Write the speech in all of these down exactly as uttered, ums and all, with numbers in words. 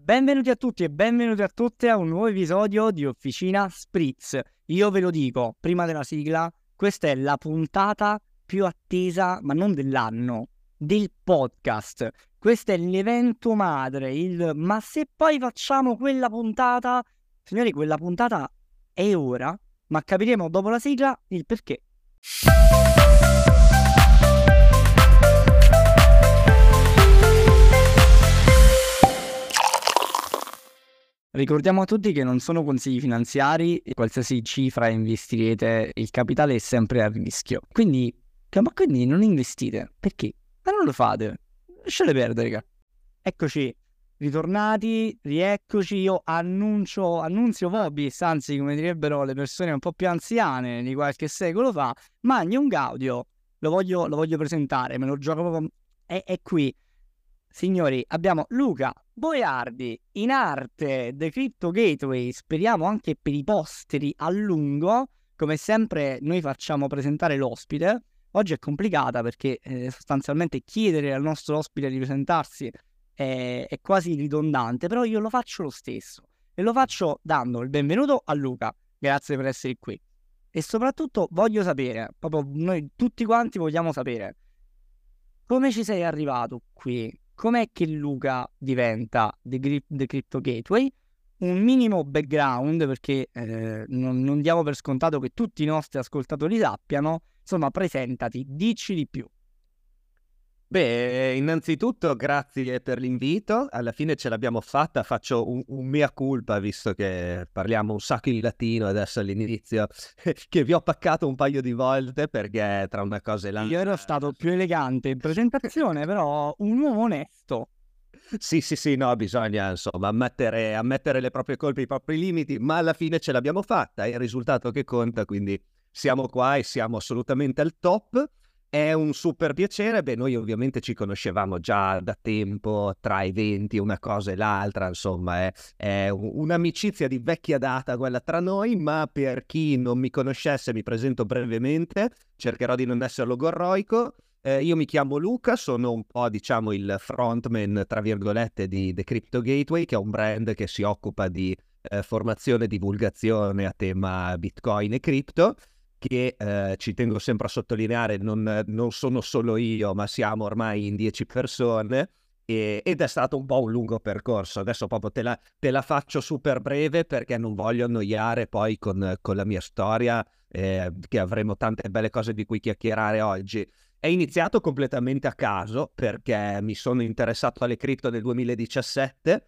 Benvenuti a tutti e benvenuti a tutte a un nuovo episodio di Officina Spritz. Io ve lo dico, prima della sigla, questa è la puntata più attesa, ma non dell'anno, del podcast. Questo è l'evento madre, il ma se poi facciamo quella puntata, signori, quella puntata è ora, ma capiremo dopo la sigla il perché. Ricordiamo a tutti che non sono consigli finanziari e qualsiasi cifra investirete, il capitale è sempre a rischio. Quindi, ma quindi non investite. Perché? Ma non lo fate. Lasciate perdere, raga. Eccoci, ritornati, rieccoci. Io annuncio, annunzio vobis, anzi, come direbbero le persone un po' più anziane di qualche secolo fa, Magnum Gaudio. Lo voglio, lo voglio presentare, me lo gioco proprio... È, è qui. Signori, abbiamo Luca Boiardi in arte The Crypto Gateway, speriamo anche per i posteri a lungo. Come sempre noi facciamo presentare l'ospite. Oggi è complicata perché eh, sostanzialmente chiedere al nostro ospite di presentarsi è, è quasi ridondante, però io lo faccio lo stesso e lo faccio dando il benvenuto a Luca. Grazie per essere qui. E soprattutto voglio sapere, proprio noi tutti quanti vogliamo sapere, come ci sei arrivato qui? Com'è che Luca diventa The, Gri- The Crypto Gateway? Un minimo background, perché eh, non, non diamo per scontato che tutti i nostri ascoltatori sappiano. Insomma, presentati, dici di più. Beh, innanzitutto grazie per l'invito, alla fine ce l'abbiamo fatta, faccio un, un mea culpa visto che parliamo un sacco in latino adesso all'inizio, che vi ho paccato un paio di volte perché tra una cosa e l'altra... Io ero stato più elegante in presentazione, però un uomo onesto. Sì, sì, sì, no, bisogna insomma ammettere, ammettere le proprie colpe, i propri limiti, ma alla fine ce l'abbiamo fatta, è il risultato che conta, quindi siamo qua e siamo assolutamente al top. È un super piacere. Beh, noi ovviamente ci conoscevamo già da tempo, tra eventi, una cosa e l'altra, insomma, è, è un'amicizia di vecchia data quella tra noi, ma per chi non mi conoscesse mi presento brevemente, cercherò di non essere logorroico. Eh, io mi chiamo Luca, sono un po', diciamo, il frontman, tra virgolette, di The Crypto Gateway, che è un brand che si occupa di eh, formazione e divulgazione a tema Bitcoin e cripto, che eh, ci tengo sempre a sottolineare, non, non sono solo io, ma siamo ormai in dieci persone e, ed è stato un po' un lungo percorso. Adesso proprio te la, te la faccio super breve perché non voglio annoiare poi con, con la mia storia, eh, che avremo tante belle cose di cui chiacchierare oggi. È iniziato completamente a caso perché mi sono interessato alle cripto nel duemiladiciassette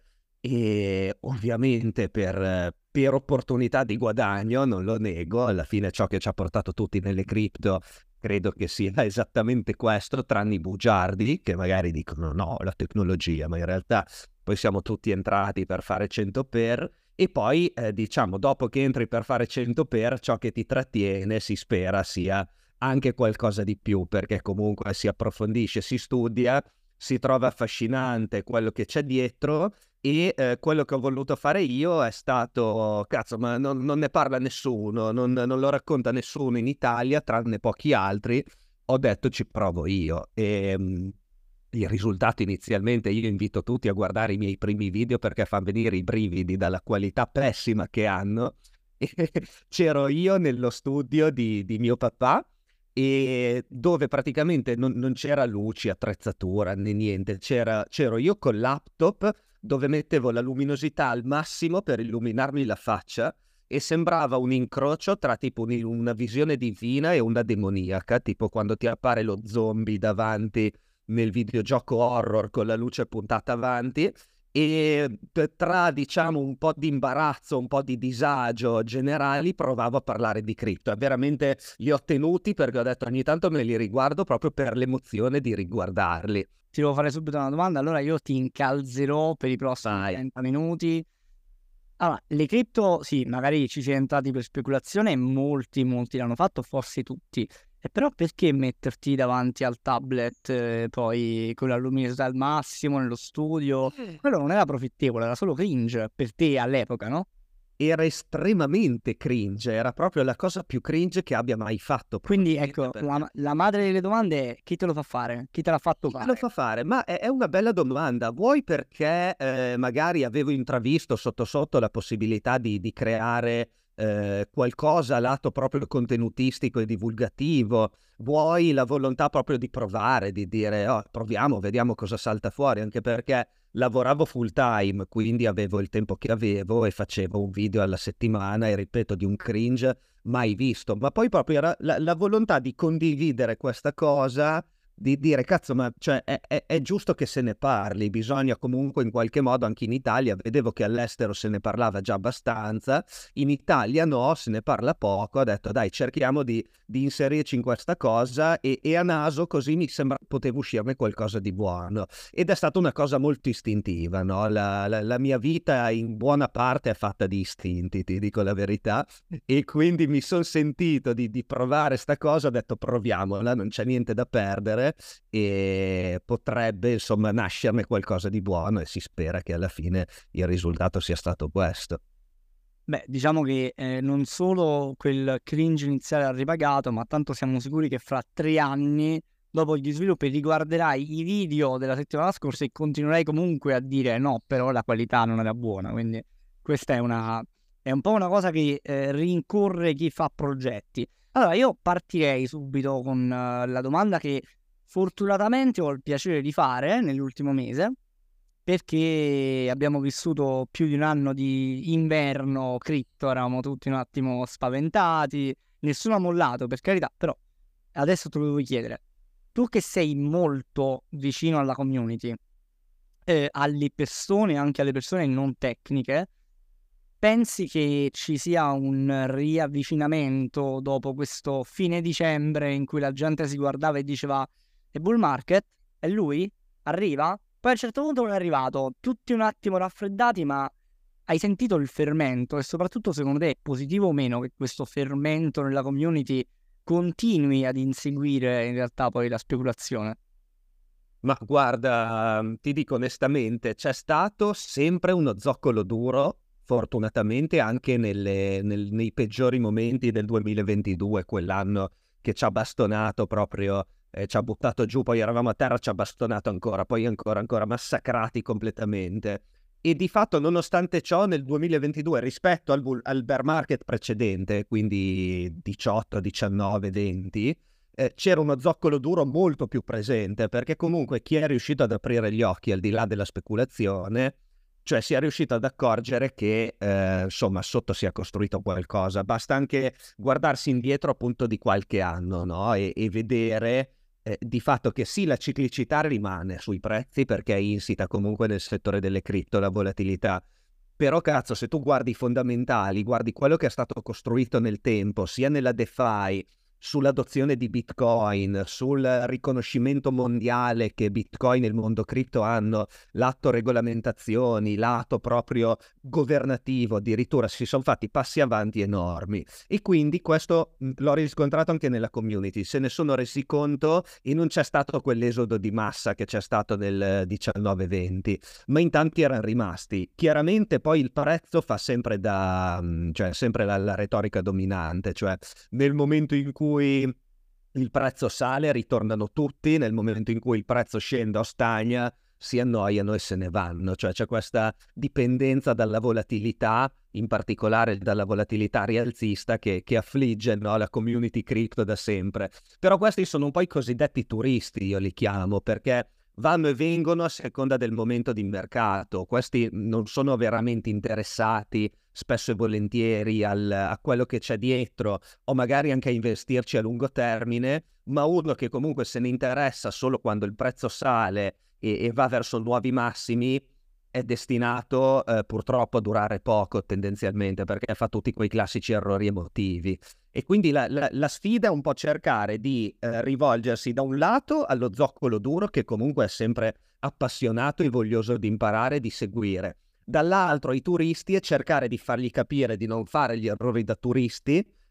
e ovviamente per, per opportunità di guadagno, non lo nego, alla fine ciò che ci ha portato tutti nelle cripto credo che sia esattamente questo, tranne i bugiardi che magari dicono no, la tecnologia, ma in realtà poi siamo tutti entrati per fare cento per e poi eh, diciamo dopo che entri per fare cento per ciò che ti trattiene si spera sia anche qualcosa di più, perché comunque si approfondisce, si studia, si trova affascinante quello che c'è dietro e eh, quello che ho voluto fare io è stato, cazzo, ma non, non ne parla nessuno, non, non lo racconta nessuno in Italia, tranne pochi altri, ho detto ci provo io e um, il risultato inizialmente, io invito tutti a guardare i miei primi video perché fanno venire i brividi dalla qualità pessima che hanno. E c'ero io nello studio di, di mio papà, e dove praticamente non, non c'era luci, attrezzatura né niente, c'era, c'ero io col laptop dove mettevo la luminosità al massimo per illuminarmi la faccia e sembrava un incrocio tra tipo un, una visione divina e una demoniaca, tipo quando ti appare lo zombie davanti nel videogioco horror con la luce puntata avanti. E tra, diciamo, un po' di imbarazzo, un po' di disagio generali, provavo a parlare di cripto. E veramente li ho tenuti perché ho detto ogni tanto me li riguardo proprio per l'emozione di riguardarli. Ti devo fare subito una domanda, allora io ti incalzerò per i prossimi Vai. trenta minuti. Allora, le cripto, sì, magari ci sei entrati per speculazione, molti, molti l'hanno fatto, forse tutti. E però perché metterti davanti al tablet eh, poi con la luminosità al massimo nello studio? Quello non era profittevole, era solo cringe per te all'epoca, no? era estremamente cringe, era proprio la cosa più cringe che abbia mai fatto. Quindi ecco, la, la madre delle domande è: chi te lo fa fare? Chi te l'ha fatto Chi fare? lo fa fare? Ma è, è una bella domanda. Vuoi perché eh, magari avevo intravisto sotto sotto la possibilità di, di creare eh, qualcosa lato proprio contenutistico e divulgativo? Vuoi la volontà proprio di provare, di dire oh, proviamo, vediamo cosa salta fuori, anche perché lavoravo full time, quindi avevo il tempo che avevo e facevo un video alla settimana e ripeto di un cringe mai visto, ma poi proprio era la, la volontà di condividere questa cosa, di dire cazzo ma cioè, è, è, è giusto che se ne parli, bisogna comunque in qualche modo, anche in Italia vedevo che all'estero se ne parlava già abbastanza, in Italia no, se ne parla poco, ho detto dai cerchiamo di, di inserirci in questa cosa e, e a naso così mi sembra poteva uscirne qualcosa di buono ed è stata una cosa molto istintiva, no? La, la, la mia vita in buona parte è fatta di istinti, ti dico la verità, e quindi mi sono sentito di, di provare sta cosa, ho detto proviamola, non c'è niente da perdere e potrebbe insomma nascerne qualcosa di buono e si spera che alla fine il risultato sia stato questo. Beh, diciamo che eh, non solo quel cringe iniziale ha ripagato, ma tanto siamo sicuri che fra tre anni, dopo gli sviluppi, riguarderai i video della settimana scorsa e continuerai comunque a dire no, però la qualità non era buona. Quindi questa è una è un po' una cosa che eh, rincorre chi fa progetti. Allora, io partirei subito con uh, la domanda che fortunatamente ho il piacere di fare nell'ultimo mese, perché abbiamo vissuto più di un anno di inverno cripto, eravamo tutti un attimo spaventati, nessuno ha mollato per carità, però adesso te lo devo chiedere, tu che sei molto vicino alla community, eh, alle persone, anche alle persone non tecniche, pensi che ci sia un riavvicinamento dopo questo fine dicembre in cui la gente si guardava e diceva è bull market? È lui? Arriva? Poi a un certo punto non è arrivato, tutti un attimo raffreddati, ma hai sentito il fermento? E soprattutto secondo te è positivo o meno che questo fermento nella community continui ad inseguire in realtà poi la speculazione? Ma guarda, ti dico onestamente, c'è stato sempre uno zoccolo duro, fortunatamente anche nelle, nel, nei peggiori momenti del duemilaventidue, quell'anno che ci ha bastonato proprio, eh, ci ha buttato giù, poi eravamo a terra, ci ha bastonato ancora, poi ancora, ancora massacrati completamente. E di fatto, nonostante ciò, nel duemilaventidue, rispetto al, bull, al bear market precedente, quindi diciotto, diciannove, venti, eh, c'era uno zoccolo duro molto più presente, perché comunque chi è riuscito ad aprire gli occhi al di là della speculazione, cioè si è riuscito ad accorgere che eh, insomma sotto si è costruito qualcosa, basta anche guardarsi indietro appunto di qualche anno, no? e, e vedere eh, di fatto che sì, la ciclicità rimane sui prezzi perché è insita comunque nel settore delle cripto, la volatilità. Però cazzo, se tu guardi i fondamentali, guardi quello che è stato costruito nel tempo, sia nella DeFi, sull'adozione di Bitcoin, sul riconoscimento mondiale che Bitcoin e il mondo cripto hanno, lato regolamentazioni, lato proprio governativo, addirittura si sono fatti passi avanti enormi. E quindi questo l'ho riscontrato anche nella community, se ne sono resi conto e non c'è stato quell'esodo di massa che c'è stato nel diciannove venti, ma in tanti erano rimasti. Chiaramente poi il prezzo fa sempre da, cioè sempre la, la retorica dominante, cioè nel momento in cui il prezzo sale ritornano tutti, nel momento in cui il prezzo scende o stagna si annoiano e se ne vanno, cioè c'è questa dipendenza dalla volatilità, in particolare dalla volatilità rialzista che, che affligge, no, la community cripto da sempre. Però questi sono un po' i cosiddetti turisti, io li chiamo, perché vanno e vengono a seconda del momento di mercato. Questi non sono veramente interessati spesso e volentieri al, a quello che c'è dietro o magari anche a investirci a lungo termine, ma uno che comunque se ne interessa solo quando il prezzo sale e, e va verso nuovi massimi è destinato eh, purtroppo a durare poco tendenzialmente, perché fa tutti quei classici errori emotivi. E quindi la, la, la sfida è un po' cercare di eh, rivolgersi da un lato allo zoccolo duro, che comunque è sempre appassionato e voglioso di imparare e di seguire, dall'altro ai turisti e cercare di fargli capire di non fare gli errori da turisti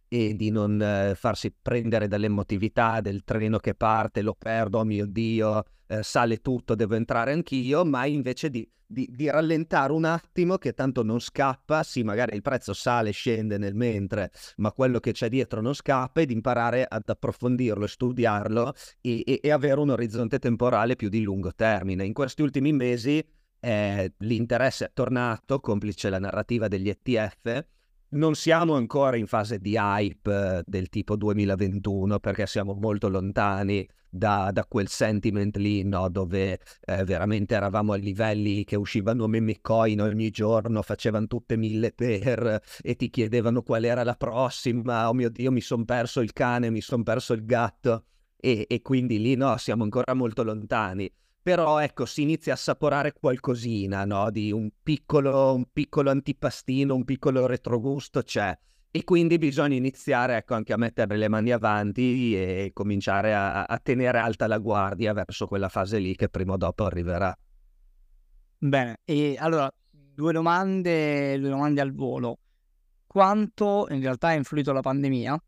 e di non eh, farsi prendere dall'emotività del treno che parte, lo perdo, oh mio Dio, eh, sale tutto, devo entrare anch'io, ma invece di, di, di rallentare un attimo, che tanto non scappa, sì magari il prezzo sale, scende nel mentre, ma quello che c'è dietro non scappa, e di imparare ad approfondirlo, studiarlo e, e, e avere un orizzonte temporale più di lungo termine. In questi ultimi mesi eh, l'interesse è tornato, complice la narrativa degli E T F. Non siamo ancora in fase di hype eh, del tipo duemilaventuno, perché siamo molto lontani da, da quel sentiment lì, no? Dove eh, veramente eravamo a livelli che uscivano meme coin ogni giorno, facevano tutte mille per e ti chiedevano qual era la prossima, oh mio Dio mi son perso il cane, mi son perso il gatto, e, e quindi lì no, siamo ancora molto lontani. Però ecco, si inizia a assaporare qualcosina, no? Di un piccolo, un piccolo antipastino, un piccolo retrogusto c'è. E quindi bisogna iniziare, ecco, anche a mettere le mani avanti e cominciare a, a tenere alta la guardia verso quella fase lì che prima o dopo arriverà. Bene, e allora due domande, due domande al volo. Quanto in realtà ha influito la pandemia?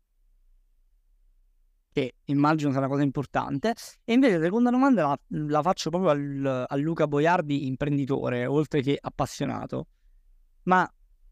Che immagino sia una cosa importante. E invece la seconda domanda la, la faccio proprio al, a Luca Boiardi, imprenditore, oltre che appassionato. Ma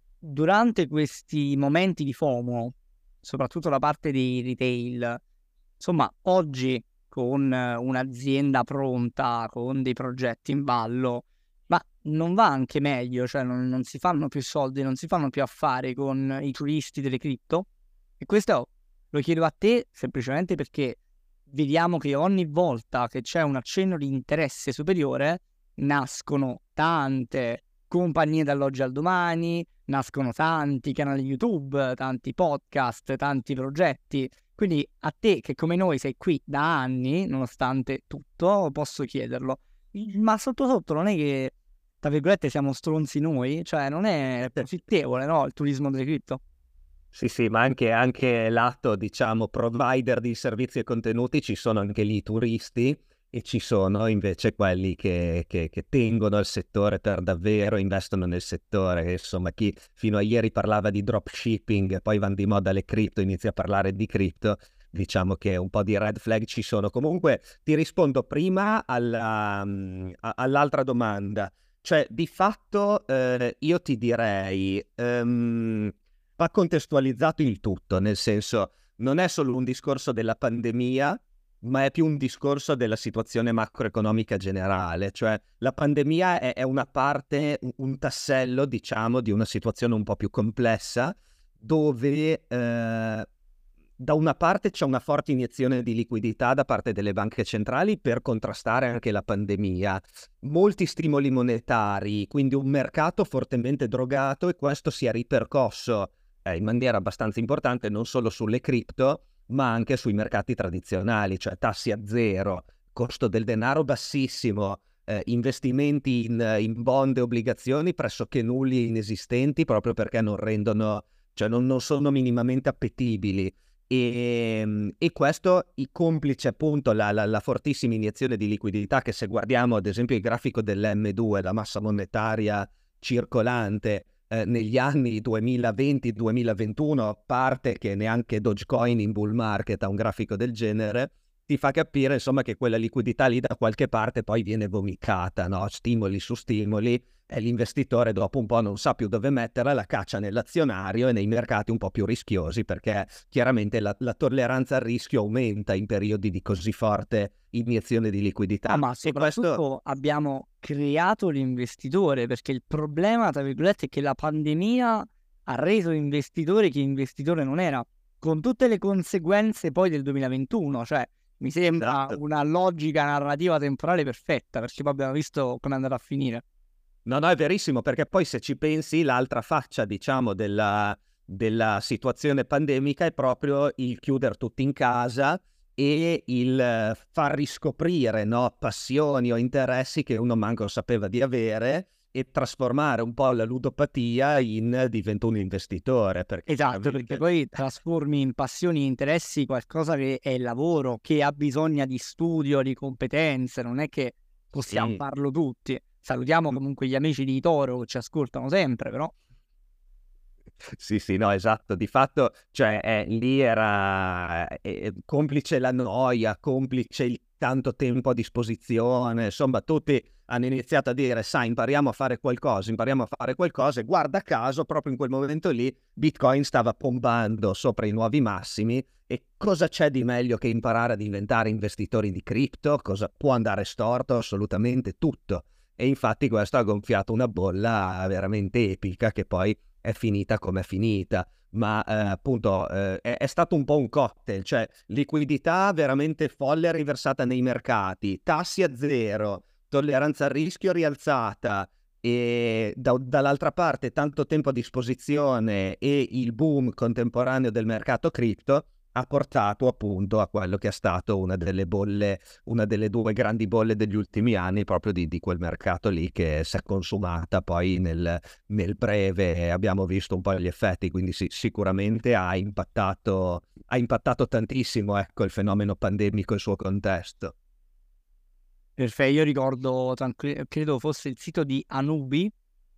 durante questi momenti di FOMO, soprattutto da parte dei retail, insomma, oggi con un'azienda pronta, con dei progetti in ballo, ma non va anche meglio? Cioè non, non si fanno più soldi, non si fanno più affari con i turisti delle cripto? E questo lo chiedo a te semplicemente perché vediamo che ogni volta che c'è un accenno di interesse superiore nascono tante compagnie dall'oggi al domani, nascono tanti canali YouTube, tanti podcast, tanti progetti. Quindi a te che come noi sei qui da anni, nonostante tutto, posso chiederlo. Ma sotto sotto non è che, tra virgolette, siamo stronzi noi? Cioè non è profittevole, no, il turismo delle cripto? Sì, sì, ma anche, anche lato, diciamo, provider di servizi e contenuti, ci sono anche lì i turisti e ci sono invece quelli che, che, che tengono il settore per davvero, investono nel settore. Insomma, chi fino a ieri parlava di dropshipping, poi vanno di moda le cripto, inizia a parlare di cripto, diciamo che un po' di red flag ci sono. Comunque ti rispondo prima alla, um, all'altra domanda. Cioè, di fatto eh, io ti direi... Um, va contestualizzato il tutto, nel senso non è solo un discorso della pandemia, ma è più un discorso della situazione macroeconomica generale. Cioè la pandemia è, è una parte, un, un tassello, diciamo, di una situazione un po' più complessa, dove eh, da una parte c'è una forte iniezione di liquidità da parte delle banche centrali per contrastare anche la pandemia, molti stimoli monetari, quindi un mercato fortemente drogato, e questo si è ripercosso in maniera abbastanza importante non solo sulle cripto, ma anche sui mercati tradizionali, cioè tassi a zero, costo del denaro bassissimo, eh, investimenti in, in bond e obbligazioni pressoché nulli e inesistenti, proprio perché non rendono, cioè non, non sono minimamente appetibili. E, e questo i complice appunto la, la, la fortissima iniezione di liquidità, che se guardiamo ad esempio il grafico dell'emme due, la massa monetaria circolante, Eh, negli anni duemilaventi duemilaventuno, parte che neanche Dogecoin in bull market ha un grafico del genere, ti fa capire insomma che quella liquidità lì da qualche parte poi viene vomitata, no? Stimoli su stimoli, e l'investitore dopo un po' non sa più dove metterla, la caccia nell'azionario e nei mercati un po' più rischiosi, perché chiaramente la, la tolleranza al rischio aumenta in periodi di così forte iniezione di liquidità. Ah, ma soprattutto questo... abbiamo creato l'investitore, perché il problema, tra virgolette, è che la pandemia ha reso investitore chi investitore non era, con tutte le conseguenze poi del duemilaventuno, cioè mi sembra esatto. Una logica narrativa temporale perfetta, perché poi abbiamo visto come è andata a finire. No, no, è verissimo, perché poi se ci pensi l'altra faccia, diciamo, della, della situazione pandemica è proprio il chiudere tutti in casa e il far riscoprire, no, passioni o interessi che uno manco sapeva di avere, e trasformare un po' la ludopatia in divento un investitore. Perché esatto, perché poi trasformi in passioni e interessi qualcosa che è il lavoro, che ha bisogno di studio, di competenze, non è che possiamo sì. farlo tutti. Salutiamo comunque gli amici di Toro che ci ascoltano sempre, però. Sì, sì, no, esatto. Di fatto, cioè, eh, lì era eh, complice la noia, complice il tanto tempo a disposizione. Insomma, tutti hanno iniziato a dire, sai, impariamo a fare qualcosa, impariamo a fare qualcosa. E guarda caso, proprio in quel momento lì, Bitcoin stava pompando sopra i nuovi massimi. E cosa c'è di meglio che imparare a diventare investitori di cripto? Cosa può andare storto? Assolutamente tutto. E infatti questo ha gonfiato una bolla veramente epica che poi è finita come è finita, ma eh, appunto eh, è, è stato un po' un cocktail, cioè liquidità veramente folle riversata nei mercati, tassi a zero, tolleranza al rischio rialzata e da, dall'altra parte tanto tempo a disposizione e il boom contemporaneo del mercato cripto ha portato appunto a quello che è stato una delle bolle, una delle due grandi bolle degli ultimi anni, proprio di, di quel mercato lì che si è consumata poi nel, nel breve. Abbiamo visto un po' gli effetti, quindi sì, sicuramente ha impattato, ha impattato tantissimo, ecco, il fenomeno pandemico e il suo contesto. Perfetto, io ricordo, tranqu- credo fosse il sito di Anubi,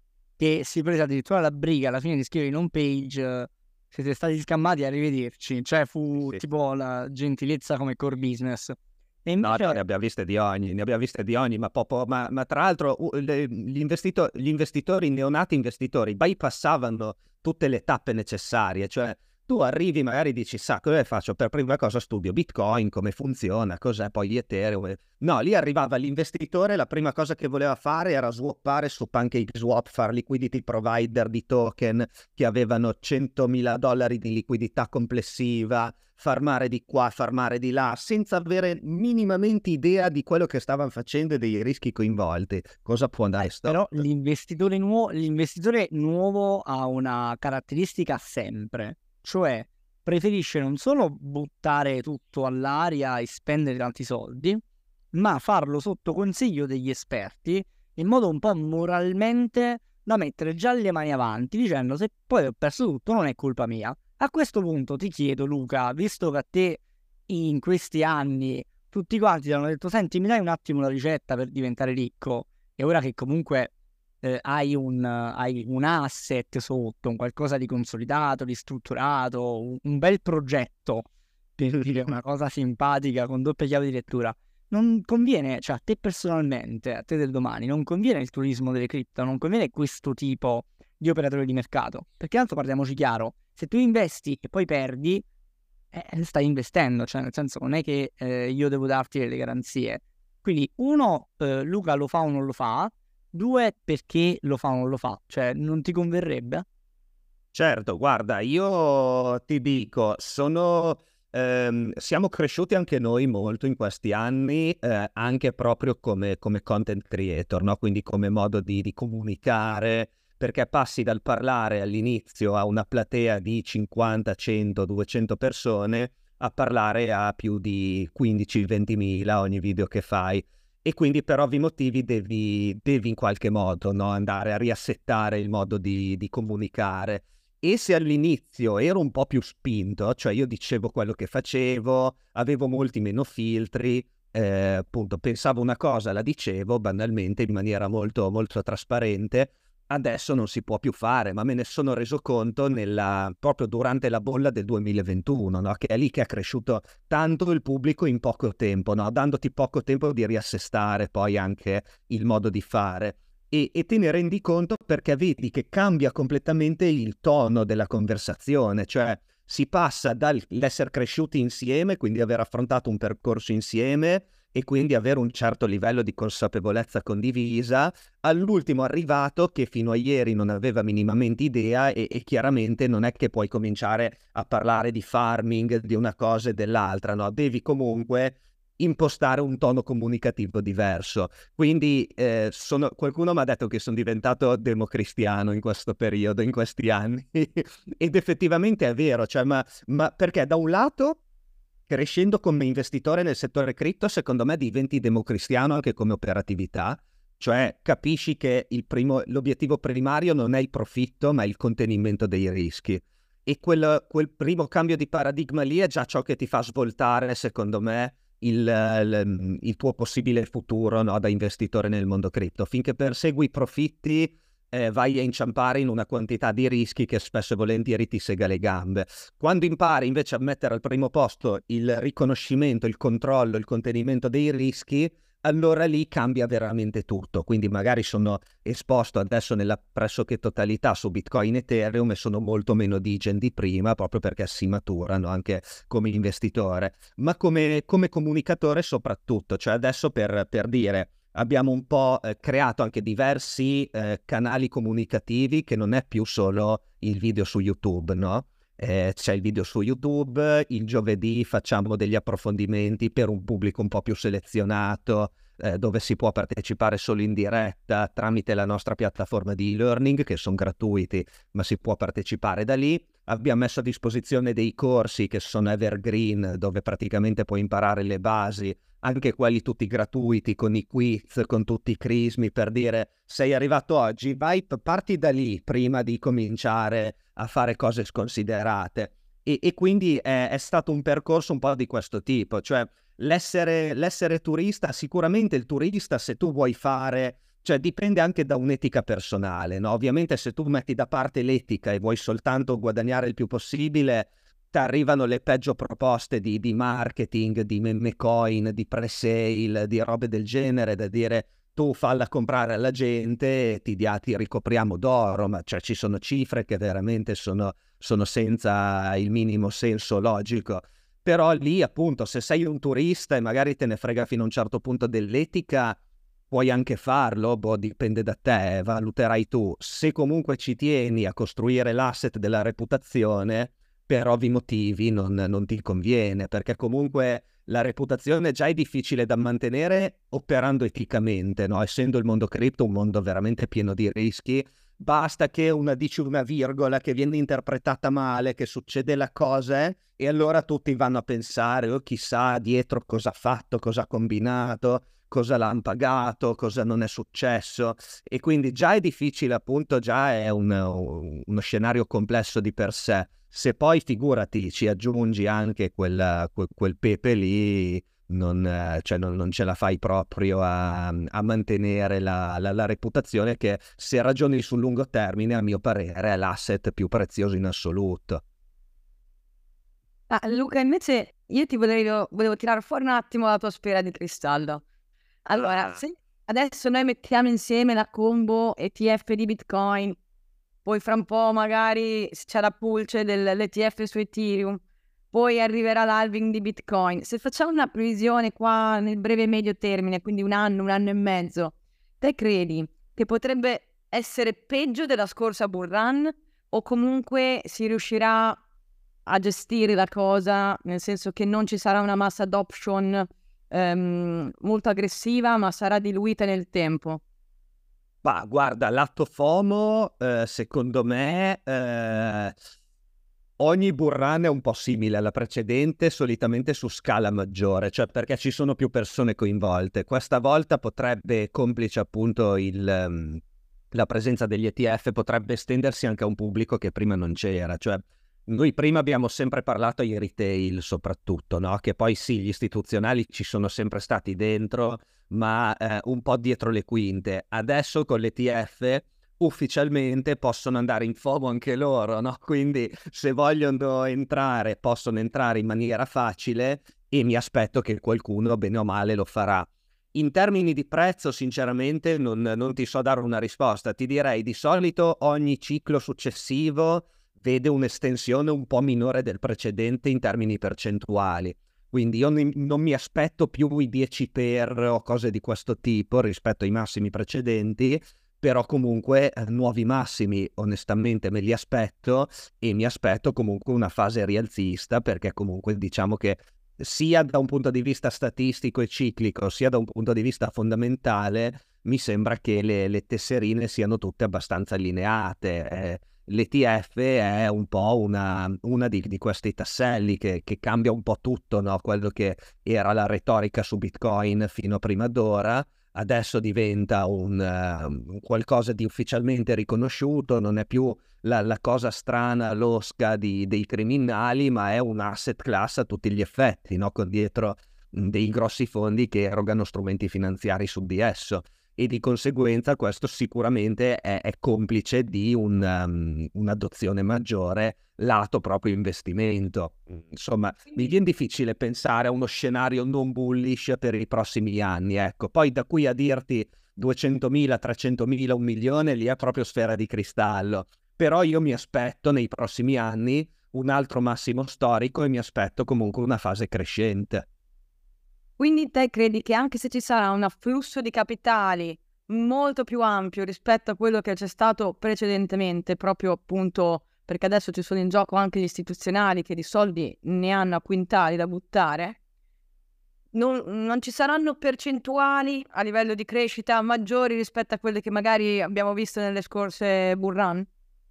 che si prese addirittura la briga alla fine di scrivere in home page eh, siete stati scammati, arrivederci, cioè fu Sì. tipo la gentilezza come core business. E No, invece... ne abbiamo viste di ogni, ne abbiamo viste di ogni, ma, proprio, ma, ma tra l'altro uh, le- gli, investito- gli investitori, i neonati investitori, bypassavano tutte le tappe necessarie, cioè tu arrivi magari dici, sa, cosa faccio? Per prima cosa studio Bitcoin, come funziona, cos'è poi Ethereum. No, lì arrivava l'investitore, la prima cosa che voleva fare era swappare su PancakeSwap, fare liquidity provider di token che avevano centomila dollari di liquidità complessiva, farmare di qua, farmare di là, senza avere minimamente idea di quello che stavano facendo e dei rischi coinvolti. Cosa può andare Però storto? l'investitore, nuo- l'investitore nuovo ha una caratteristica sempre, cioè preferisce non solo buttare tutto all'aria e spendere tanti soldi, ma farlo sotto consiglio degli esperti in modo un po' moralmente da mettere già le mani avanti, dicendo se poi ho perso tutto non è colpa mia. A questo punto ti chiedo, Luca, visto che a te in questi anni tutti quanti ti hanno detto senti, mi dai un attimo la ricetta per diventare ricco, e ora che comunque eh, hai, un, hai un asset sotto, un qualcosa di consolidato, di strutturato, un, un bel progetto, per dire una cosa simpatica con doppia chiave di lettura, non conviene, cioè a te personalmente, a te del domani, non conviene il turismo delle cripto, non conviene questo tipo di operatore di mercato, perché tanto parliamoci chiaro, se tu investi e poi perdi, eh, stai investendo, cioè nel senso non è che eh, io devo darti delle garanzie. Quindi uno, eh, Luca lo fa o non lo fa, due, perché lo fa o non lo fa, cioè non ti converrebbe? Certo, guarda, io ti dico, sono, ehm, siamo cresciuti anche noi molto in questi anni, eh, anche proprio come, come content creator, no? Quindi come modo di, di comunicare, perché passi dal parlare all'inizio a una platea di cinquanta, cento, duecento persone a parlare a più di quindici venti mila ogni video che fai. E quindi per ovvi motivi devi, devi in qualche modo, no? Andare a riassettare il modo di, di comunicare. E se all'inizio ero un po' più spinto, cioè io dicevo quello che facevo, avevo molti meno filtri, eh, appunto pensavo una cosa, la dicevo banalmente in maniera molto, molto trasparente, adesso non si può più fare, ma me ne sono reso conto nella, proprio durante la bolla del duemilaventuno, no? Che è lì che è cresciuto tanto il pubblico in poco tempo, no? Dandoti poco tempo di riassestare poi anche il modo di fare. E, e te ne rendi conto perché vedi che cambia completamente il tono della conversazione, cioè si passa dall'essere cresciuti insieme, quindi aver affrontato un percorso insieme e quindi avere un certo livello di consapevolezza condivisa, all'ultimo arrivato che fino a ieri non aveva minimamente idea e, e chiaramente non è che puoi cominciare a parlare di farming, di una cosa e dell'altra, no? Devi comunque impostare un tono comunicativo diverso. Quindi eh, sono, qualcuno mi ha detto che sono diventato democristiano in questo periodo, in questi anni, ed effettivamente è vero, cioè, ma, ma perché da un lato, crescendo come investitore nel settore cripto, secondo me diventi democristiano anche come operatività, cioè capisci che il primo, l'obiettivo primario non è il profitto, ma il contenimento dei rischi. E quel, quel primo cambio di paradigma lì è già ciò che ti fa svoltare, secondo me, Il, il, il tuo possibile futuro, no, da investitore nel mondo cripto. Finché persegui i profitti eh, vai a inciampare in una quantità di rischi che spesso e volentieri ti sega le gambe. Quando impari invece a mettere al primo posto il riconoscimento, il controllo, il contenimento dei rischi, allora lì cambia veramente tutto. Quindi magari sono esposto adesso nella pressoché totalità su Bitcoin e Ethereum e sono molto meno digen di prima, proprio perché si maturano anche come investitore, ma come, come comunicatore soprattutto. Cioè adesso per, per dire, abbiamo un po' eh, creato anche diversi eh, canali comunicativi, che non è più solo il video su YouTube, no? Eh, c'è il video su YouTube, il giovedì facciamo degli approfondimenti per un pubblico un po' più selezionato, eh, dove si può partecipare solo in diretta tramite la nostra piattaforma di e-learning, che sono gratuiti, ma si può partecipare da lì. Abbiamo messo a disposizione dei corsi che sono evergreen, dove praticamente puoi imparare le basi, anche quelli tutti gratuiti, con i quiz, con tutti i crismi, per dire: sei arrivato oggi, vai, parti da lì prima di cominciare a fare cose sconsiderate. E, e quindi è, è stato un percorso un po' di questo tipo, cioè l'essere, l'essere turista, sicuramente il turista, se tu vuoi fare, cioè dipende anche da un'etica personale, no? Ovviamente se tu metti da parte l'etica e vuoi soltanto guadagnare il più possibile, ti arrivano le peggio proposte di, di marketing, di meme coin, di pre-sale, di robe del genere, da dire: tu falla comprare alla gente e ti, dia, ti ricopriamo d'oro. Ma cioè ci sono cifre che veramente sono, sono senza il minimo senso logico. Però lì appunto, se sei un turista e magari te ne frega fino a un certo punto dell'etica, puoi anche farlo, boh, dipende da te, valuterai tu. Se comunque ci tieni a costruire l'asset della reputazione, per ovvi motivi non, non ti conviene, perché comunque la reputazione già è difficile da mantenere operando eticamente, no? Essendo il mondo cripto un mondo veramente pieno di rischi, basta che una dici una virgola che viene interpretata male, che succede la cosa, e allora tutti vanno a pensare: oh, chissà dietro cosa ha fatto, cosa ha combinato, cosa l'hanno pagato, cosa non è successo. E quindi già è difficile, appunto, già è un, uno scenario complesso di per sé. Se poi, figurati, ci aggiungi anche quel, quel, quel pepe lì, non, cioè non, non ce la fai proprio a, a mantenere la, la, la reputazione, che, se ragioni sul lungo termine, a mio parere è l'asset più prezioso in assoluto. Ah, Luca, invece io ti volevo, volevo tirare fuori un attimo la tua sfera di cristallo. Allora, se adesso noi mettiamo insieme la combo E T F di Bitcoin, poi fra un po' magari c'è la pulce dell'E T F su Ethereum, poi arriverà l'halving di Bitcoin. Se facciamo una previsione qua nel breve e medio termine, quindi un anno, un anno e mezzo, te credi che potrebbe essere peggio della scorsa bull run, o comunque si riuscirà a gestire la cosa, nel senso che non ci sarà una mass adoption um, molto aggressiva, ma sarà diluita nel tempo? Bah, guarda, lato FOMO, eh, secondo me, eh, ogni bull run è un po' simile alla precedente, solitamente su scala maggiore, cioè perché ci sono più persone coinvolte. Questa volta potrebbe, complice appunto il, um, la presenza degli E T F, potrebbe estendersi anche a un pubblico che prima non c'era. Cioè, noi prima abbiamo sempre parlato ai retail soprattutto, no? Che poi sì, gli istituzionali ci sono sempre stati dentro, ma eh, un po' dietro le quinte. Adesso con l'E T F ufficialmente possono andare in FOMO anche loro, no? Quindi se vogliono entrare, possono entrare in maniera facile, e mi aspetto che qualcuno, bene o male, lo farà. In termini di prezzo, sinceramente, non, non ti so dare una risposta. Ti direi, di solito ogni ciclo successivo vede un'estensione un po' minore del precedente in termini percentuali. Quindi io non mi aspetto più i dieci per o cose di questo tipo rispetto ai massimi precedenti, però comunque eh, nuovi massimi onestamente me li aspetto, e mi aspetto comunque una fase rialzista, perché comunque diciamo che sia da un punto di vista statistico e ciclico, sia da un punto di vista fondamentale, mi sembra che le, le tesserine siano tutte abbastanza allineate. Eh, L'E T F è un po' una, una di, di questi tasselli che, che cambia un po' tutto, no? Quello che era la retorica su Bitcoin fino a prima d'ora, adesso diventa un, uh, qualcosa di ufficialmente riconosciuto, non è più la, la cosa strana, losca di, dei criminali, ma è un asset class a tutti gli effetti, no? Con dietro dei grossi fondi che erogano strumenti finanziari su di esso. e di conseguenza questo sicuramente è, è complice di un, um, un'adozione maggiore lato proprio investimento. Insomma, mi viene difficile pensare a uno scenario non bullish per i prossimi anni, ecco. Poi da qui a dirti duecentomila, trecentomila, un milione, lì è proprio sfera di cristallo. Però io mi aspetto nei prossimi anni un altro massimo storico e mi aspetto comunque una fase crescente. Quindi te credi che anche se ci sarà un afflusso di capitali molto più ampio rispetto a quello che c'è stato precedentemente, proprio appunto perché adesso ci sono in gioco anche gli istituzionali che di soldi ne hanno a quintali da buttare, non, non ci saranno percentuali a livello di crescita maggiori rispetto a quelle che magari abbiamo visto nelle scorse bull run?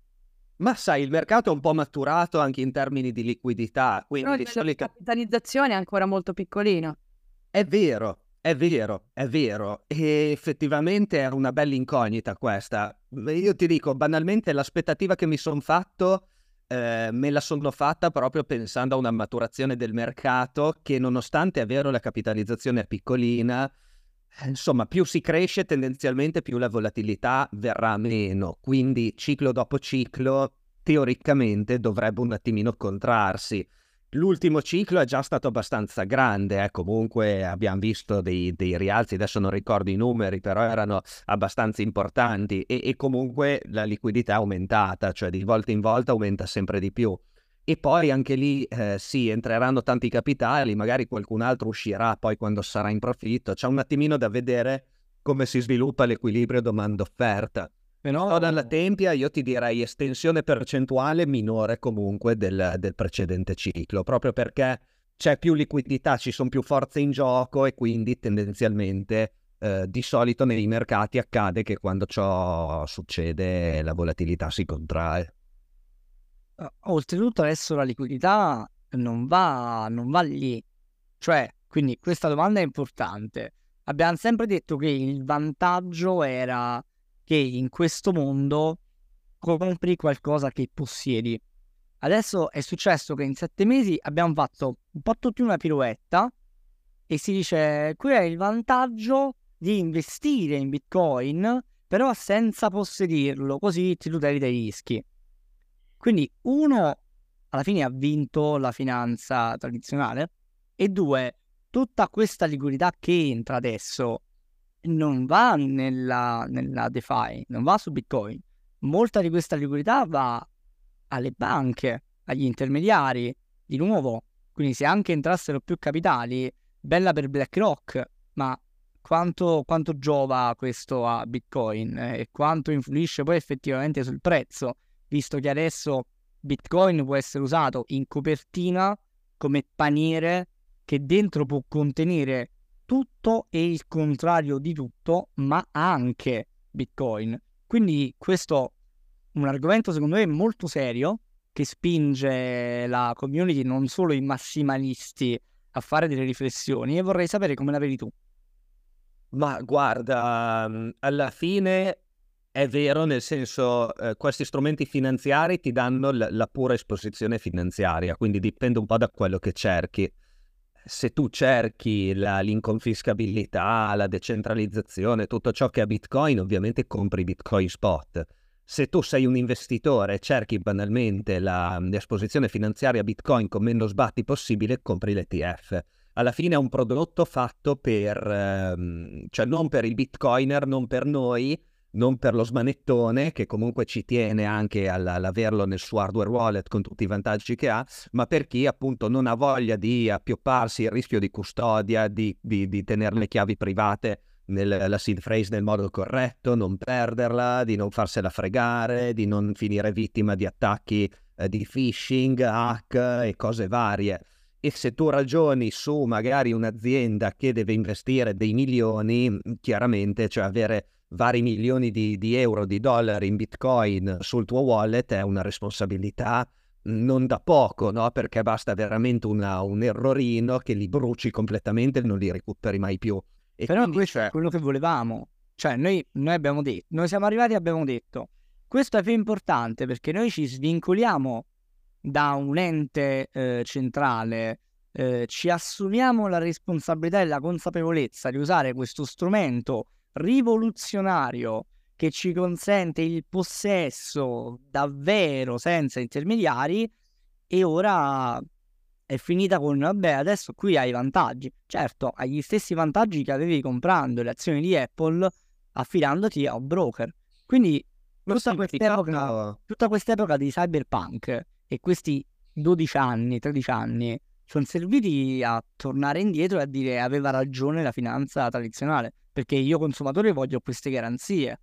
Ma sai, il mercato è un po' maturato anche in termini di liquidità, Però quindi a di livello di solito... capitalizzazione è ancora molto piccolino. È vero, è vero, è vero, e effettivamente è una bella incognita questa. Io ti dico, banalmente, l'aspettativa che mi sono fatto, eh, me la sono fatta proprio pensando a una maturazione del mercato che, nonostante è vero la capitalizzazione è piccolina, eh, insomma, più si cresce tendenzialmente più la volatilità verrà meno, quindi ciclo dopo ciclo teoricamente dovrebbe un attimino contrarsi. L'ultimo ciclo è già stato abbastanza grande, eh. Comunque abbiamo visto dei, dei rialzi, adesso non ricordo i numeri, però erano abbastanza importanti e, e comunque la liquidità è aumentata, cioè di volta in volta aumenta sempre di più. E poi anche lì eh, sì, entreranno tanti capitali, magari qualcun altro uscirà poi quando sarà in profitto, c'è un attimino da vedere come si sviluppa l'equilibrio domanda-offerta. Però dalla Tempia io ti direi estensione percentuale minore comunque del, del precedente ciclo, proprio perché c'è più liquidità, ci sono più forze in gioco e quindi tendenzialmente eh, di solito nei mercati accade che quando ciò succede la volatilità si contrae. Oltretutto adesso la liquidità non va, non va lì, cioè, quindi questa domanda è importante. Abbiamo sempre detto che il vantaggio era che in questo mondo compri qualcosa che possiedi. Adesso è successo che in sette mesi abbiamo fatto un po' tutti una pirouetta e si dice qui è il vantaggio di investire in Bitcoin, però senza possederlo, così ti tuteli dai rischi. Quindi uno, alla fine ha vinto la finanza tradizionale e due, tutta questa liquidità che entra adesso non va nella, nella DeFi, non va su Bitcoin. Molta di questa liquidità va alle banche, agli intermediari, di nuovo. Quindi se anche entrassero più capitali, bella per BlackRock, ma quanto, quanto giova questo a Bitcoin eh, e quanto influisce poi effettivamente sul prezzo, visto che adesso Bitcoin può essere usato in copertina come paniere che dentro può contenere tutto e il contrario di tutto, ma anche Bitcoin. Quindi questo è un argomento secondo me molto serio che spinge la community, non solo i massimalisti, a fare delle riflessioni e vorrei sapere come la vedi tu. Ma guarda, alla fine è vero, nel senso eh, questi strumenti finanziari ti danno l- la pura esposizione finanziaria, quindi dipende un po' da quello che cerchi. Se tu cerchi la, l'inconfiscabilità, la decentralizzazione, tutto ciò che è Bitcoin, ovviamente compri Bitcoin spot. Se tu sei un investitore e cerchi banalmente la, l'esposizione finanziaria Bitcoin con meno sbatti possibile, compri l'E T F. Alla fine è un prodotto fatto per, ehm, cioè non per il Bitcoiner, non per noi, non per lo smanettone che comunque ci tiene anche all'averlo nel suo hardware wallet con tutti i vantaggi che ha, ma per chi appunto non ha voglia di appiopparsi il rischio di custodia, di, di, di tenere le chiavi private nella seed phrase nel modo corretto, non perderla, di non farsela fregare, di non finire vittima di attacchi eh, di phishing, hack e cose varie. E se tu ragioni su magari un'azienda che deve investire dei milioni, chiaramente, cioè avere vari milioni di, di euro, di dollari in Bitcoin sul tuo wallet è una responsabilità non da poco, no? Perché basta veramente una, un errorino che li bruci completamente e non li recuperi mai più. E però quindi, questo cioè... è quello che volevamo. Cioè noi, noi abbiamo detto, noi siamo arrivati e abbiamo detto questo è più importante perché noi ci svincoliamo da un ente eh, centrale, eh, ci assumiamo la responsabilità e la consapevolezza di usare questo strumento rivoluzionario che ci consente il possesso davvero senza intermediari, e ora è finita con vabbè, adesso qui hai i vantaggi. Certo, hai gli stessi vantaggi che avevi comprando le azioni di Apple affidandoti a un broker. Quindi tutta quest'epoca, tutta quest'epoca di cyberpunk e questi dodici anni, tredici anni sono serviti a tornare indietro e a dire aveva ragione la finanza tradizionale, perché io consumatore voglio queste garanzie.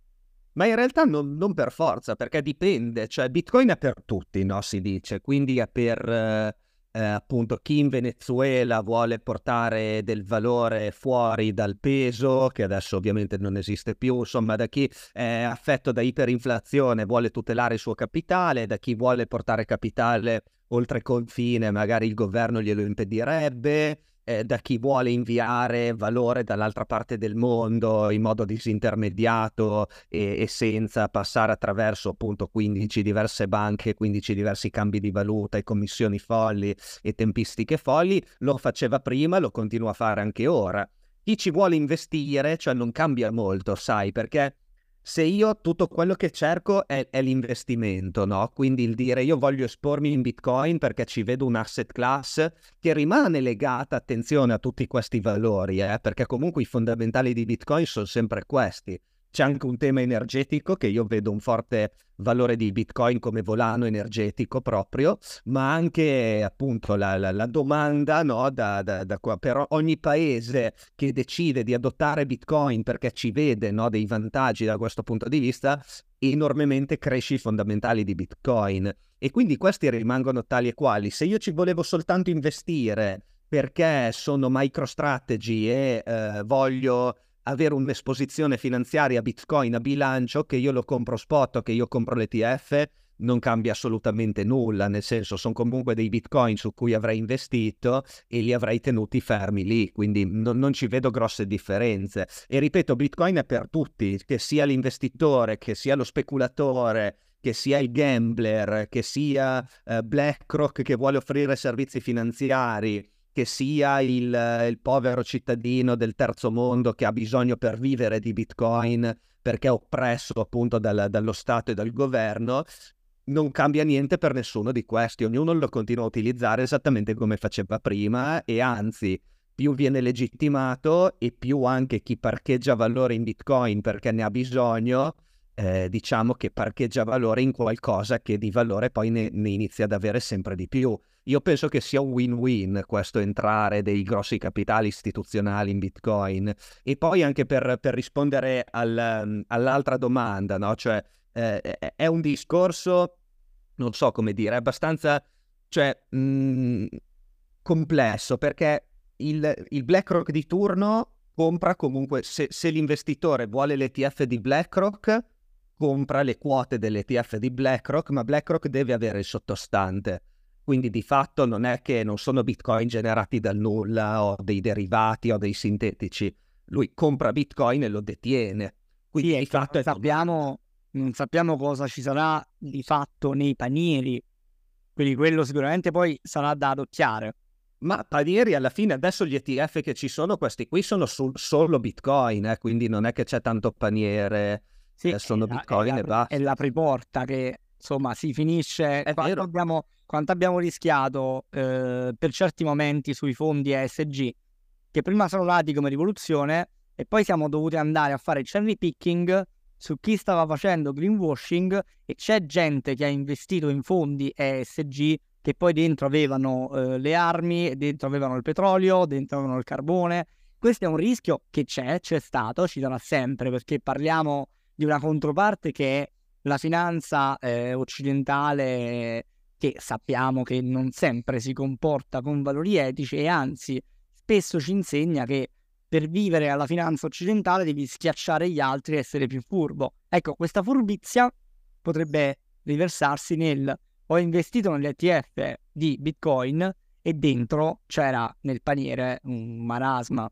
Ma in realtà non, non per forza, perché dipende, cioè Bitcoin è per tutti, no? Si dice, quindi è per eh, eh, appunto chi in Venezuela vuole portare del valore fuori dal peso, che adesso ovviamente non esiste più, insomma da chi è affetto da iperinflazione vuole tutelare il suo capitale, da chi vuole portare capitale oltre confine, magari il governo glielo impedirebbe, eh, da chi vuole inviare valore dall'altra parte del mondo in modo disintermediato e, e senza passare attraverso appunto quindici diverse banche, quindici diversi cambi di valuta e commissioni folli e tempistiche folli, lo faceva prima, lo continua a fare anche ora. Chi ci vuole investire, cioè non cambia molto, sai, perché se io tutto quello che cerco è, è l'investimento, no? Quindi il dire io voglio espormi in Bitcoin perché ci vedo un asset class che rimane legata, attenzione, a tutti questi valori, eh? Perché comunque i fondamentali di Bitcoin sono sempre questi. C'è anche un tema energetico che io vedo un forte valore di Bitcoin come volano energetico proprio, ma anche appunto la, la, la domanda, no, da, da, da qua, per ogni paese che decide di adottare Bitcoin perché ci vede, no, dei vantaggi da questo punto di vista, enormemente cresce i fondamentali di Bitcoin. E quindi questi rimangono tali e quali. Se io ci volevo soltanto investire perché sono MicroStrategy e eh, voglio avere un'esposizione finanziaria Bitcoin a bilancio, che io lo compro spot, che io compro l'E T F, non cambia assolutamente nulla, nel senso sono comunque dei Bitcoin su cui avrei investito e li avrei tenuti fermi lì, quindi non, non ci vedo grosse differenze. E ripeto, Bitcoin è per tutti, che sia l'investitore, che sia lo speculatore, che sia il gambler, che sia eh, BlackRock che vuole offrire servizi finanziari, che sia il, il povero cittadino del terzo mondo che ha bisogno per vivere di Bitcoin perché è oppresso appunto dal, dallo Stato e dal governo, non cambia niente per nessuno di questi, ognuno lo continua a utilizzare esattamente come faceva prima, e anzi più viene legittimato e più anche chi parcheggia valore in Bitcoin perché ne ha bisogno, eh, diciamo che parcheggia valore in qualcosa che di valore poi ne, ne inizia ad avere sempre di più. Io penso che sia un win-win questo entrare dei grossi capitali istituzionali in Bitcoin. E poi anche per, per rispondere al, all'altra domanda, no? Cioè eh, è un discorso, non so come dire, abbastanza cioè, mh, complesso, perché il, il BlackRock di turno compra comunque, se, se l'investitore vuole l'E T F di BlackRock, compra le quote dell'E T F di BlackRock, ma BlackRock deve avere il sottostante. Quindi di fatto non è che non sono Bitcoin generati dal nulla o dei derivati o dei sintetici. Lui compra Bitcoin e lo detiene. Quindi sì, di fatto è sappiamo, non sappiamo cosa ci sarà di fatto nei panieri. Quindi quello sicuramente poi sarà da adocchiare. Ma panieri alla fine, adesso gli E T F che ci sono, questi qui sono sul, solo Bitcoin, eh? Quindi non è che c'è tanto paniere, sì, eh, sono la, Bitcoin è e la, basta. È la preporta che insomma si finisce. È quanto vero. abbiamo, quanto abbiamo rischiato eh, per certi momenti sui fondi E S G, che prima sono nati come rivoluzione e poi siamo dovuti andare a fare cherry picking su chi stava facendo greenwashing, e c'è gente che ha investito in fondi E S G che poi dentro avevano eh, le armi, dentro avevano il petrolio, dentro avevano il carbone. Questo è un rischio che c'è, c'è stato, ci sarà sempre, perché parliamo di una controparte che è la finanza eh, occidentale, che sappiamo che non sempre si comporta con valori etici, e anzi spesso ci insegna che per vivere alla finanza occidentale devi schiacciare gli altri e essere più furbo. Ecco, questa furbizia potrebbe riversarsi nel ho investito nell'E T F di Bitcoin e dentro c'era nel paniere un marasma.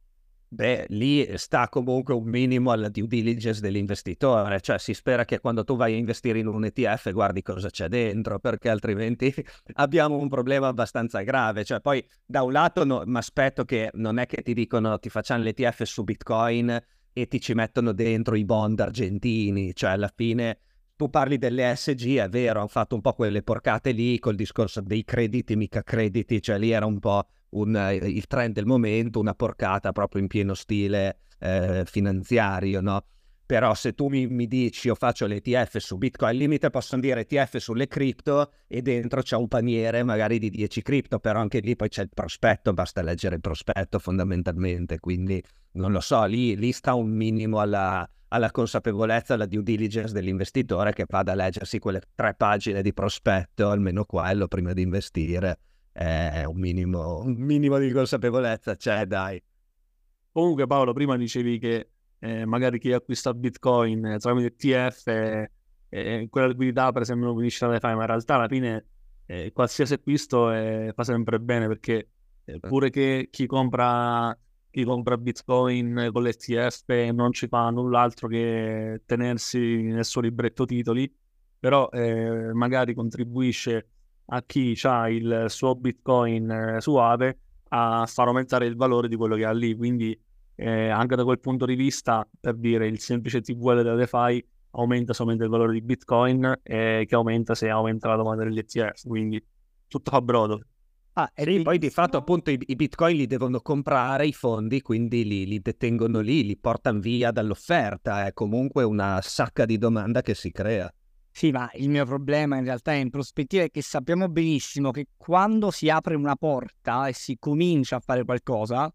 Beh, lì sta comunque un minimo alla due diligence dell'investitore, cioè si spera che quando tu vai a investire in un E T F guardi cosa c'è dentro, perché altrimenti abbiamo un problema abbastanza grave. Cioè poi da un lato no, mi aspetto che non è che ti dicono ti facciamo l'E T F su Bitcoin e ti ci mettono dentro i bond argentini, cioè alla fine tu parli delle E S G, è vero, hanno fatto un po' quelle porcate lì col discorso dei crediti, mica crediti, cioè lì era un po' un, il trend del momento, una porcata proprio in pieno stile eh, finanziario, no? Però se tu mi, mi dici io faccio l'E T F su Bitcoin, al limite posso dire E T F sulle cripto e dentro c'è un paniere magari di dieci cripto, però anche lì poi c'è il prospetto, basta leggere il prospetto fondamentalmente, quindi non lo so, lì, lì sta un minimo alla, alla consapevolezza, alla due diligence dell'investitore che vada a leggersi quelle tre pagine di prospetto, almeno quello prima di investire, è un minimo, un minimo di consapevolezza c'è, dai. Comunque Paolo, prima dicevi che Eh, magari chi acquista Bitcoin eh, tramite E T F eh, eh, quella liquidità per esempio non finisce dalle fai, ma in realtà alla fine eh, qualsiasi acquisto eh, fa sempre bene, perché eh, pure che chi compra chi compra Bitcoin con l'E T F non ci fa null'altro che tenersi nel suo libretto titoli, però eh, magari contribuisce a chi ha il suo Bitcoin eh, su Aave a far aumentare il valore di quello che ha lì, quindi Eh, anche da quel punto di vista, per dire, il semplice T V L della DeFi aumenta se aumenta il valore di Bitcoin e che aumenta se aumenta la domanda degli E T F, quindi tutto fa brodo. Ah, e sì, poi di fatto appunto i, i Bitcoin li devono comprare i fondi, quindi li, li detengono lì, li portano via dall'offerta, è comunque una sacca di domanda che si crea. Sì, ma il mio problema in realtà in prospettiva è che sappiamo benissimo che quando si apre una porta e si comincia a fare qualcosa,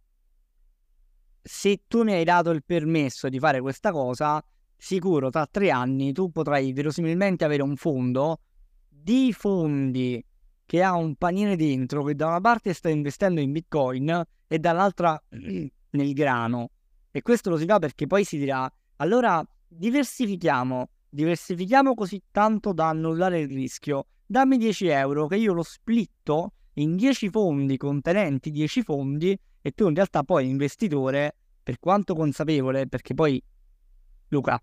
se tu mi hai dato il permesso di fare questa cosa, sicuro tra tre anni tu potrai verosimilmente avere un fondo di fondi che ha un paniere dentro che da una parte sta investendo in Bitcoin e dall'altra nel grano. E questo lo si fa perché poi si dirà, allora diversifichiamo, diversifichiamo così tanto da annullare il rischio. Dammi dieci euro che io lo splitto in dieci fondi contenenti dieci fondi e tu in realtà poi investitore, per quanto consapevole, perché poi Luca,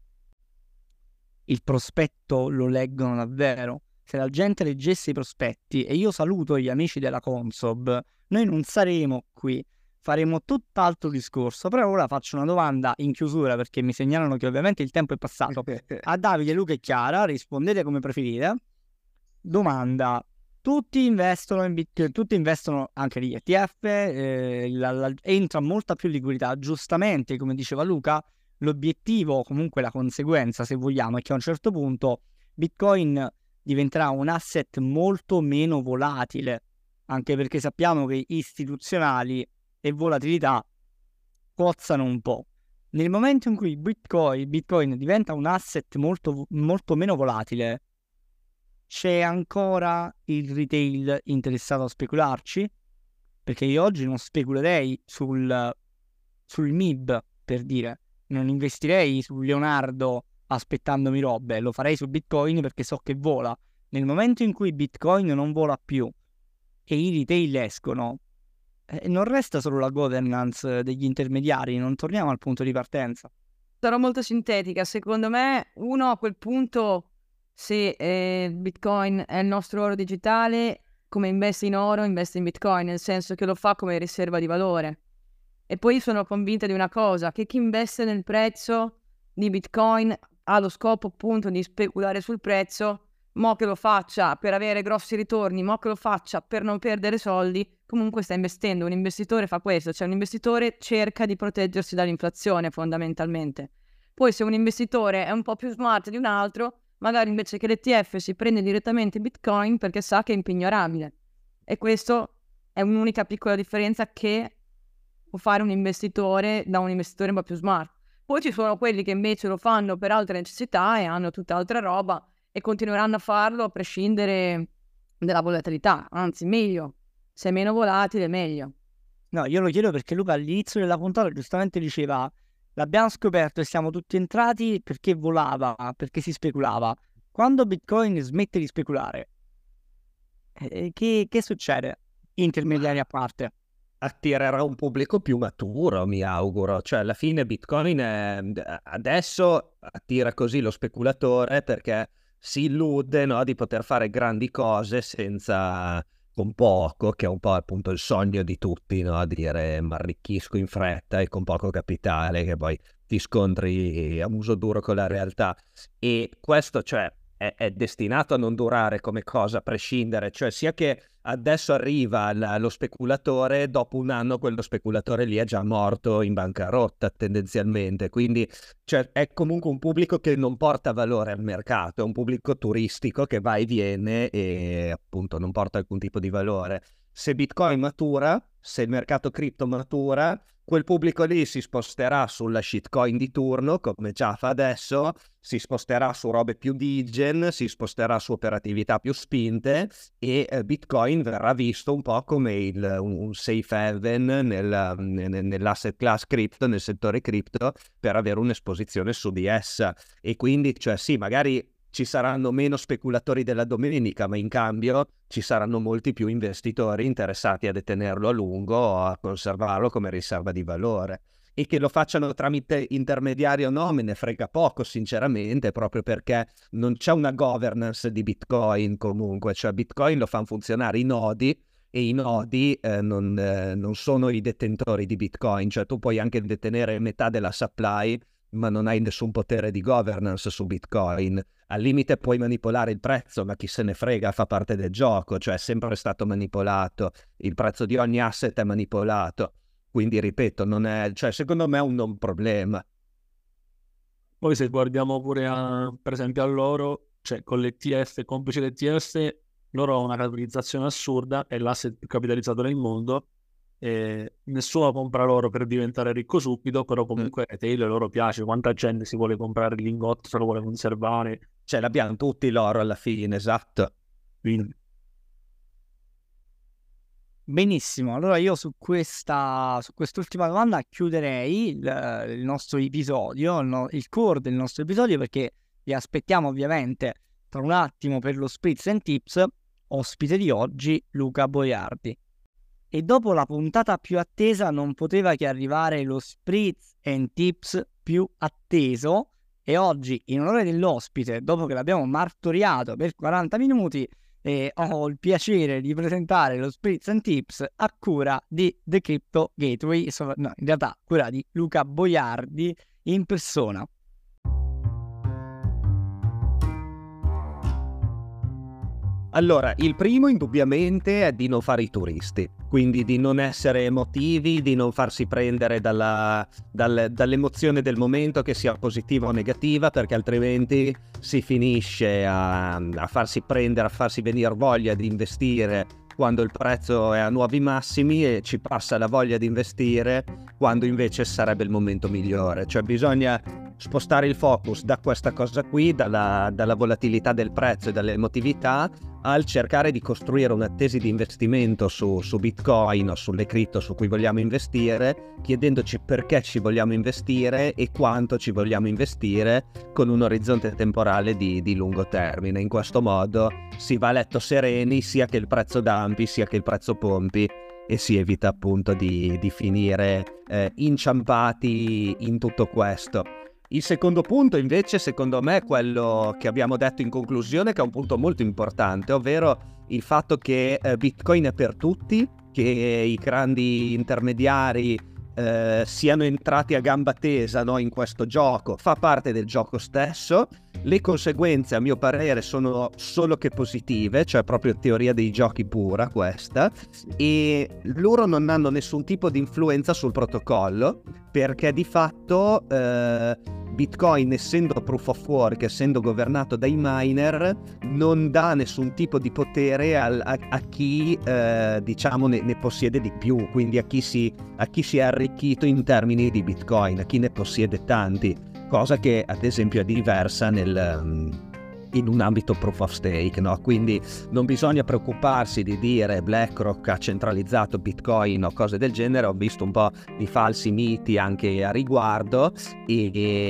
il prospetto lo leggono davvero. Se la gente leggesse i prospetti, e io saluto gli amici della Consob, noi non saremo qui, faremo tutt'altro discorso. Però ora faccio una domanda in chiusura, perché mi segnalano che ovviamente il tempo è passato. A Davide, Luca e Chiara, rispondete come preferite. Domanda: tutti investono in Bitcoin, tutti investono anche gli E T F, eh, la, la, entra molta più liquidità. Giustamente, come diceva Luca, l'obiettivo, comunque la conseguenza, se vogliamo, è che a un certo punto Bitcoin diventerà un asset molto meno volatile, anche perché sappiamo che istituzionali e volatilità cozzano un po'. Nel momento in cui Bitcoin, Bitcoin diventa un asset molto, molto meno volatile, c'è ancora il retail interessato a specularci? Perché io oggi non speculerei sul, sul M I B, per dire. Non investirei su Leonardo aspettandomi robe, lo farei su Bitcoin perché so che vola. Nel momento in cui Bitcoin non vola più e i retail escono, eh, non resta solo la governance degli intermediari, non torniamo al punto di partenza. Sarò molto sintetica. Secondo me, uno a quel punto, se eh, Bitcoin è il nostro oro digitale, come investe in oro, investe in Bitcoin, nel senso che lo fa come riserva di valore. E poi sono convinta di una cosa, che chi investe nel prezzo di Bitcoin ha lo scopo appunto di speculare sul prezzo, mo che lo faccia per avere grossi ritorni, mo che lo faccia per non perdere soldi, comunque sta investendo. Un investitore fa questo, cioè un investitore cerca di proteggersi dall'inflazione fondamentalmente. Poi se un investitore è un po' più smart di un altro, magari invece che l'E T F si prende direttamente Bitcoin perché sa che è impignorabile. E questo è un'unica piccola differenza che può fare un investitore da un investitore un po' più smart. Poi ci sono quelli che invece lo fanno per altre necessità e hanno tutta altra roba e continueranno a farlo a prescindere dalla volatilità, anzi meglio, se è meno volatile meglio. No, io lo chiedo perché Luca all'inizio della puntata giustamente diceva l'abbiamo scoperto e siamo tutti entrati perché volava, perché si speculava. Quando Bitcoin smette di speculare, eh, che, che succede? Intermediari a parte. Attirerà un pubblico più maturo, mi auguro. Cioè, alla fine Bitcoin è... adesso attira così lo speculatore perché si illude, no, di poter fare grandi cose senza... con poco, che è un po' appunto il sogno di tutti, no? Dire mi arricchisco in fretta e con poco capitale, che poi ti scontri a muso duro con la realtà, e questo cioè è, è destinato a non durare come cosa, a prescindere, cioè sia che adesso arriva l- lo speculatore, dopo un anno quello speculatore lì è già morto in bancarotta tendenzialmente, quindi cioè, è comunque un pubblico che non porta valore al mercato, è un pubblico turistico che va e viene e appunto non porta alcun tipo di valore. Se Bitcoin matura, se il mercato cripto matura, quel pubblico lì si sposterà sulla shitcoin di turno, come già fa adesso, si sposterà su robe più degen, si sposterà su operatività più spinte, e eh, Bitcoin verrà visto un po' come il, un, un safe haven nel, nel, nell'asset class cripto, nel settore cripto, per avere un'esposizione su di essa. E quindi, cioè sì, magari ci saranno meno speculatori della domenica, ma in cambio ci saranno molti più investitori interessati a detenerlo a lungo o a conservarlo come riserva di valore. E che lo facciano tramite intermediari o no, me ne frega poco sinceramente, proprio perché non c'è una governance di Bitcoin comunque, cioè Bitcoin lo fanno funzionare i nodi, e i nodi eh, non, eh, non sono i detentori di Bitcoin, cioè tu puoi anche detenere metà della supply, ma non hai nessun potere di governance su Bitcoin. Al limite puoi manipolare il prezzo, ma chi se ne frega, fa parte del gioco, cioè è sempre stato manipolato, il prezzo di ogni asset è manipolato, quindi ripeto, non è, cioè secondo me è un non problema. Poi se guardiamo pure a, per esempio a loro, cioè con l'E T F, complice l'E T F, loro hanno una capitalizzazione assurda, è l'asset più capitalizzato nel mondo, e nessuno compra l'oro per diventare ricco subito, però comunque a Taylor loro piace, quanta gente si vuole comprare il lingotto, se lo vuole conservare. Cioè l'abbiamo tutti l'oro alla fine, esatto. Quindi Benissimo, allora io su questa su quest'ultima domanda chiuderei il, il nostro episodio, il, no- il core del nostro episodio, perché vi aspettiamo ovviamente tra un attimo per lo Spritz and Tips, ospite di oggi Luca Boiardi. E dopo la puntata più attesa non poteva che arrivare lo Spritz and Tips più atteso, e oggi in onore dell'ospite, dopo che l'abbiamo martoriato per quaranta minuti, eh, ho il piacere di presentare lo Spritz and Tips a cura di The Crypto Gateway, so- no, in realtà a cura di Luca Boiardi in persona. Allora, il primo indubbiamente è di non fare i turisti, quindi di non essere emotivi, di non farsi prendere dalla, dal, dall'emozione del momento, che sia positiva o negativa, perché altrimenti si finisce a, a farsi prendere, a farsi venire voglia di investire quando il prezzo è a nuovi massimi, e ci passa la voglia di investire quando invece sarebbe il momento migliore. Cioè bisogna spostare il focus da questa cosa qui, dalla, dalla volatilità del prezzo e dall'emotività, al cercare di costruire una tesi di investimento su, su Bitcoin o sulle cripto su cui vogliamo investire, chiedendoci perché ci vogliamo investire e quanto ci vogliamo investire, con un orizzonte temporale di, di lungo termine. In questo modo si va a letto sereni, sia che il prezzo dampi sia che il prezzo pompi, e si evita appunto di, di finire eh, inciampati in tutto questo. Il secondo punto invece, secondo me, è quello che abbiamo detto in conclusione, che è un punto molto importante, ovvero il fatto che eh, Bitcoin è per tutti, che i grandi intermediari eh, siano entrati a gamba tesa, no, in questo gioco, fa parte del gioco stesso. Le conseguenze, a mio parere, sono solo che positive, cioè proprio teoria dei giochi pura questa, e loro non hanno nessun tipo di influenza sul protocollo, perché di fatto eh, Bitcoin, essendo proof of work, essendo governato dai miner, non dà nessun tipo di potere al, a, a chi eh, diciamo ne, ne possiede di più, quindi a chi, si, a chi si è arricchito in termini di Bitcoin, a chi ne possiede tanti, cosa che ad esempio è diversa nel, in un ambito proof of stake, no? Quindi non bisogna preoccuparsi di dire BlackRock ha centralizzato Bitcoin o cose del genere. Ho visto un po' di falsi miti anche a riguardo, e,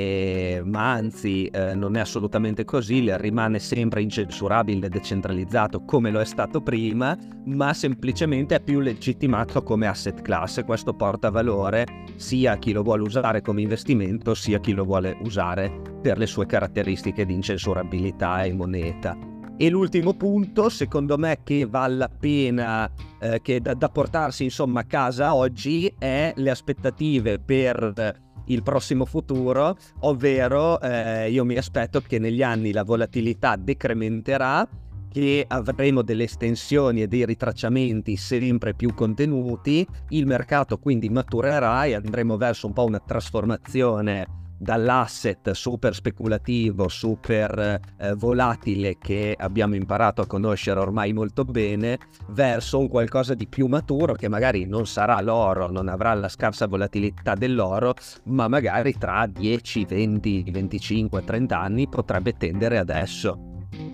e, ma anzi eh, non è assolutamente così, rimane sempre incensurabile e decentralizzato come lo è stato prima, ma semplicemente è più legittimato come asset class, e questo porta valore sia a chi lo vuole usare come investimento, sia a chi lo vuole usare per le sue caratteristiche di incensurabilità e moneta. E l'ultimo punto, secondo me, che vale la pena eh, che da, da portarsi insomma a casa oggi, è le aspettative per il prossimo futuro, ovvero eh, io mi aspetto che negli anni la volatilità decrementerà, che avremo delle estensioni e dei ritracciamenti sempre più contenuti, il mercato quindi maturerà e andremo verso un po' una trasformazione dall'asset super speculativo, super eh, volatile che abbiamo imparato a conoscere ormai molto bene, verso un qualcosa di più maturo che magari non sarà l'oro, non avrà la scarsa volatilità dell'oro, ma magari tra dieci, venti, venticinque, trenta anni potrebbe tendere ad esso.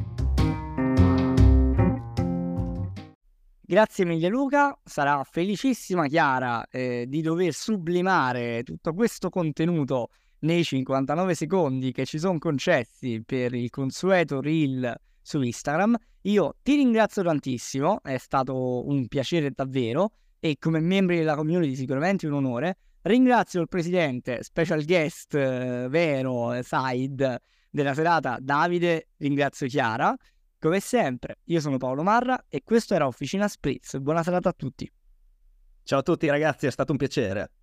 Grazie mille Luca, sarà felicissima Chiara eh, di dover sublimare tutto questo contenuto nei cinquantanove secondi che ci sono concessi per il consueto reel su Instagram. Io ti ringrazio tantissimo, è stato un piacere davvero e come membri della community sicuramente un onore. Ringrazio il presidente, special guest eh, vero, side della serata Davide, ringrazio Chiara. Come sempre, io sono Paolo Marra e questo era Officina Spritz. Buona serata a tutti. Ciao a tutti ragazzi, è stato un piacere.